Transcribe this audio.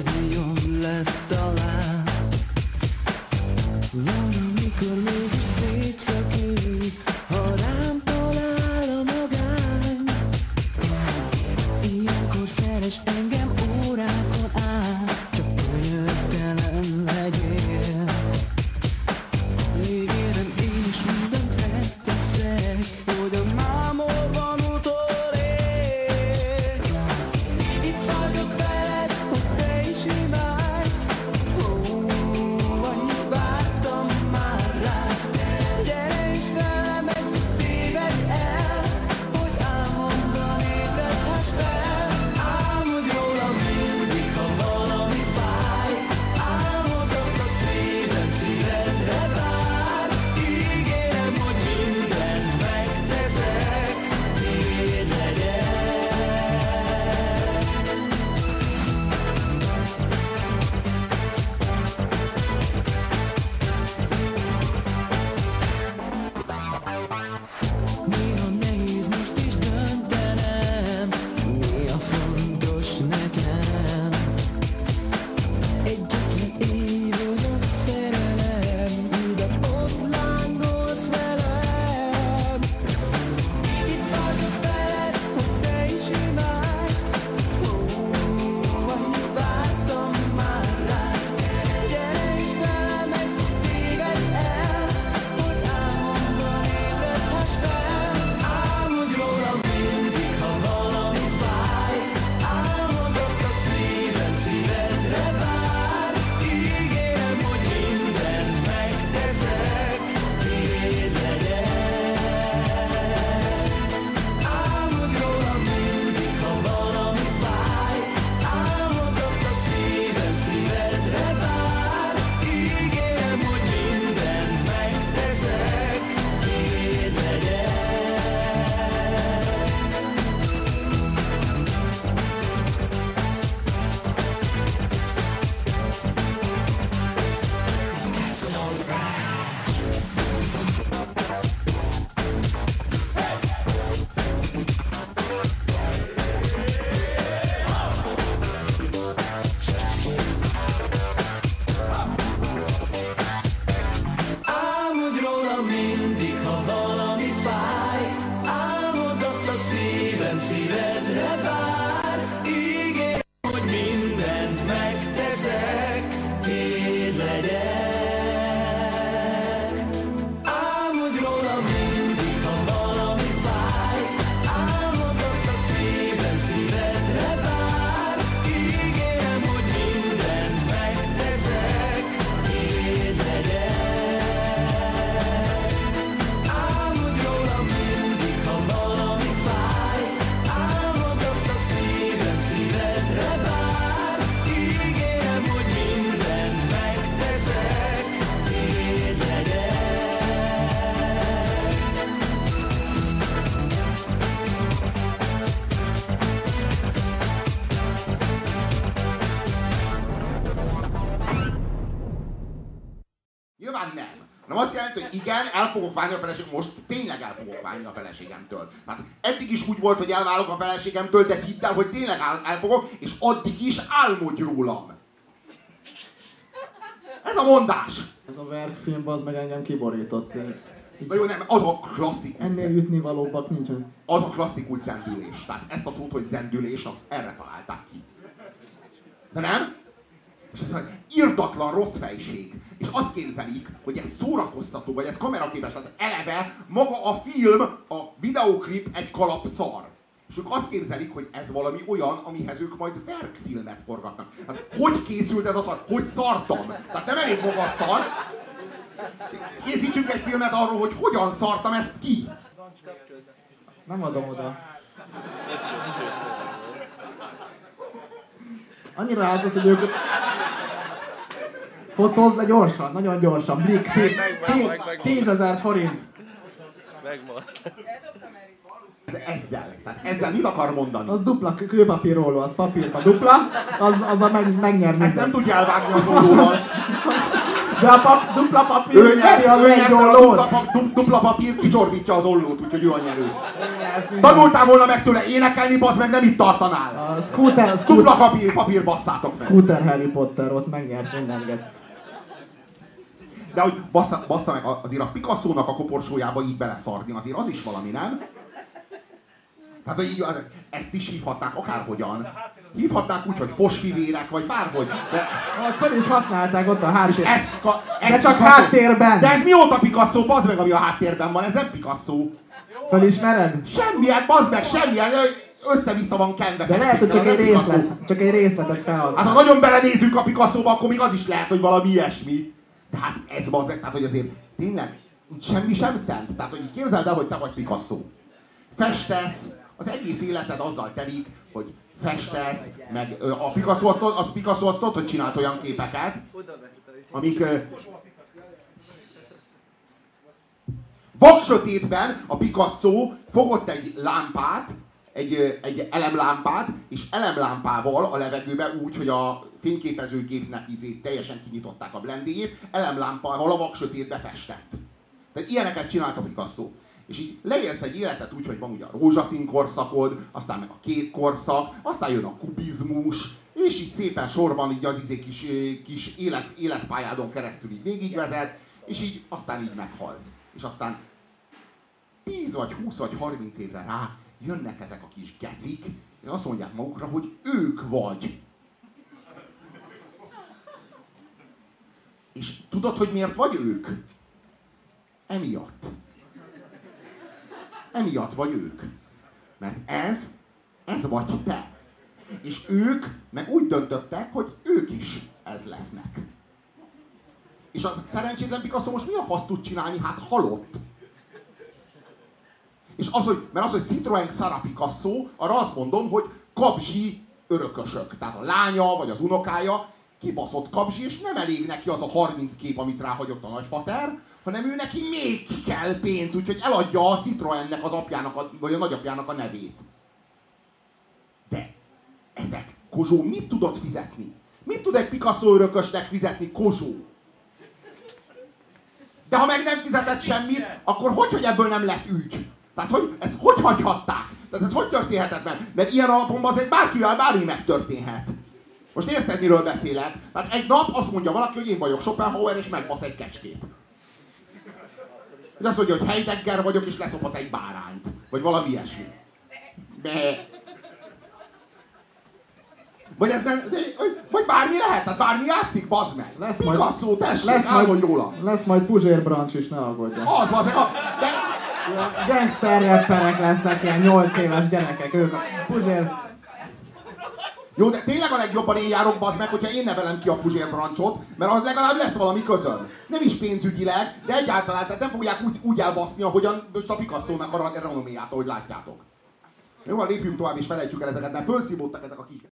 jobb lesz talán. Valamikor mégis szétszakít, ha rám talál a magány. Ilyenkor szeress engem órákon át, csak könyörtelen legyél. Ígérem, én is mindent megteszek, hogy a mámorban utolér. Itt vagyok veled, hogy te is imádj. Annyit vártam már rád. Gyere is velem, egy téved el, hogy álmomban ébredhess fel. Álmodj róla mindig, ha valami fáj. Álmod azt a szívem szívedre vár. Ígérem, hogy mindent megteszek, tiéd legyek. Néha nehéz most is döntenem, mi a fontos nekem. Egyetlen éj, hogy a szerelem, ide-ott lángolsz velem. Itt vagyok veled, hogy te is imádj. Annyit vártam már rád. Gyere is velem, egy téved el, hogy álmomban ébredhess fel. Álmodj róla mindig, ha valami fáj. Álmod azt a szívem szívedre vár. Ígérem, hogy mindent megteszek, tiéd legyek. Álmodj róla mindig, ha valami fáj. Álmod azt a szívem szívedre vár. Ígérem, hogy mindent megteszek, tiéd legyek. Álmodj róla mindig, ha valami fáj. Álmod azt a szívem szívedre vár. Ígérem, hogy mindent megteszek, tiéd legyek. Álmodj róla mindig, ha valami fáj. Álmod azt a szívem szívedre vár. Ígérem, hogy mindent megteszek, tiéd legyek. Álmodj róla mindig, ha valami fáj. Álmod azt a szívem szívedre vár. Ígérem, hogy mindent megteszek, tiéd legyek. Nyilván nem. Nem azt jelenti, hogy igen, el fogok válni a feleségemtől. Most tényleg el fogok válni a feleségemtől. Mert eddig is úgy volt, hogy elválok a feleségemtől, de hidd el, hogy tényleg el fogok, és addig is álmodj rólam. Ez a mondás. Ez a verkfilm, az meg engem kiborított. Na jó, nem, az a klasszikus. Ennél ütni valóbbak nincsen. Az a klasszikus zendülés. Tehát ezt a szót, hogy zendülés, azt erre találták ki. De nem? És ez egy irdatlan rossz fejség. És azt képzelik, hogy ez szórakoztató, vagy ez kameraképes. Tehát eleve maga a film, a videóklip egy kalap szar. És ők azt képzelik, hogy ez valami olyan, amihez ők majd verkfilmet forgatnak. Hát, hogy készült ez a szar? Hogy szartam? Tehát nem elég maga a szar. Készítsünk egy filmet arról, hogy hogyan szartam ezt ki. Nem adom oda. Annyira látszott, hogy ők... Fotózd le gyorsan, nagyon gyorsan. Blik, 10 000 forint. Megvan. Ezzel. Tehát ezzel mit akar mondani? Az dupla kőpapírróló, az papírba dupla, az a megnyerni. Ezt nem tudja elvágni a rólóval. De a dupla papír nyeri az egy ollót. Dupla papír kicsorbítja az ollót, úgyhogy ő a nyerő. Tanultál volna meg tőle énekelni, bazd meg, nem itt tartanál. A Scooter, Dupla papír, basszátok meg. Scooter Harry Potter ott megnyert minden gec. De hogy bassza meg, azért a Picasso-nak a koporsójába így beleszarni, azért az is valami, nem? Tehát, hogy így, ezt is hívhatnák akárhogyan. Hívhatnák úgy, hogy fosfivérek, vagy bárhogy. De Fel is használták ott a háttérben. de csak háttérben. De ez mióta Picasso, bazd meg, ami a háttérben van, ez nem Picasso. Felismered? Semmilyen, bazd meg, semmilyen, össze-vissza van kenve. De lehet, hogy csak egy részletet felhasznál. Hát ha nagyon belenézünk a Picasso-ba, akkor még az is lehet, hogy valami ilyesmi. De hát ez bazd meg, tehát hogy azért tényleg semmi sem szent. Tehát hogy így képzeld el, hogy te vagy Picasso. Festesz, az egész életed azzal telik, hogy festesz, meg a Picasso azt tudod, hogy csinált olyan képeket, amik vaksötétben a Picasso fogott egy lámpát, egy elemlámpát, és elemlámpával a levegőbe úgy, hogy a fényképezőgépnek teljesen kinyitották a blendéjét, elemlámpával a vaksötétbe festett. Tehát ilyeneket csinált a Picasso. És így leélsz egy életet úgy, hogy van ugye a rózsaszín korszakod, aztán meg a kék korszak, aztán jön a kubizmus, és így szépen sorban így az kis életpályádon keresztül így végigvezet, és így aztán így meghalsz. És aztán 10 vagy 20 vagy 30 évre rá jönnek ezek a kis gecik, és azt mondják magukra, hogy ők vagy. És tudod, hogy miért vagy ők? Emiatt. Emiatt vagy ők. Mert ez vagy te. És ők meg úgy döntöttek, hogy ők is ez lesznek. És az szerencsétlen Picasso most mi a fasz tud csinálni? Hát halott. És mert az, hogy Citroën Xara Picasso, arra azt mondom, hogy kabzsi örökösök. Tehát a lánya vagy az unokája kibaszott kabzsi, és nem elég neki az a 30 kép, amit ráhagyott a nagyfater, hanem ő neki még kell pénz, úgyhogy eladja a Citroennek az apjának, vagy a nagyapjának a nevét. De ezek, Kozsó, mit tudod fizetni? Mit tud egy Picasso örökösnek fizetni Kozsó? De ha meg nem fizetett semmit, akkor hogy ebből nem lett ügy? Tehát ezt hogy hagyhatták? Tehát ez hogy történhetett meg? Mert ilyen alapon azért bárkivel bármi megtörténhet. Most érted, miről beszélek? Tehát egy nap azt mondja valaki, hogy én vagyok Schopenhauer, és megbasz egy kecskét. És azt mondja, hogy Heidegger vagyok, és leszopott egy bárányt. Vagy valami ilyesmi. Vagy ez nem... Vagy bármi lehet, tehát bármi játszik, bazd meg. Picasso, tessék, álljon róla. Lesz majd Puzsér Brancs is, ne aggódj. Az, bazd meg, de... Gangster rapperek lesznek, ilyen 8 éves gyerekek, ők a Puzsér... Jó, de tényleg a legjobban én járok, bazd meg, hogyha én nevelem ki a Puzsér Brancsot, mert az legalább lesz valami közöm. Nem is pénzügyileg, de egyáltalán, tehát nem fogják úgy elbaszni, ahogyan most a Picasso-nak a renoméját, ahogy látjátok. Jó, lépjünk tovább és felejtsük el ezeket, mert felszívódtak ezek a kis...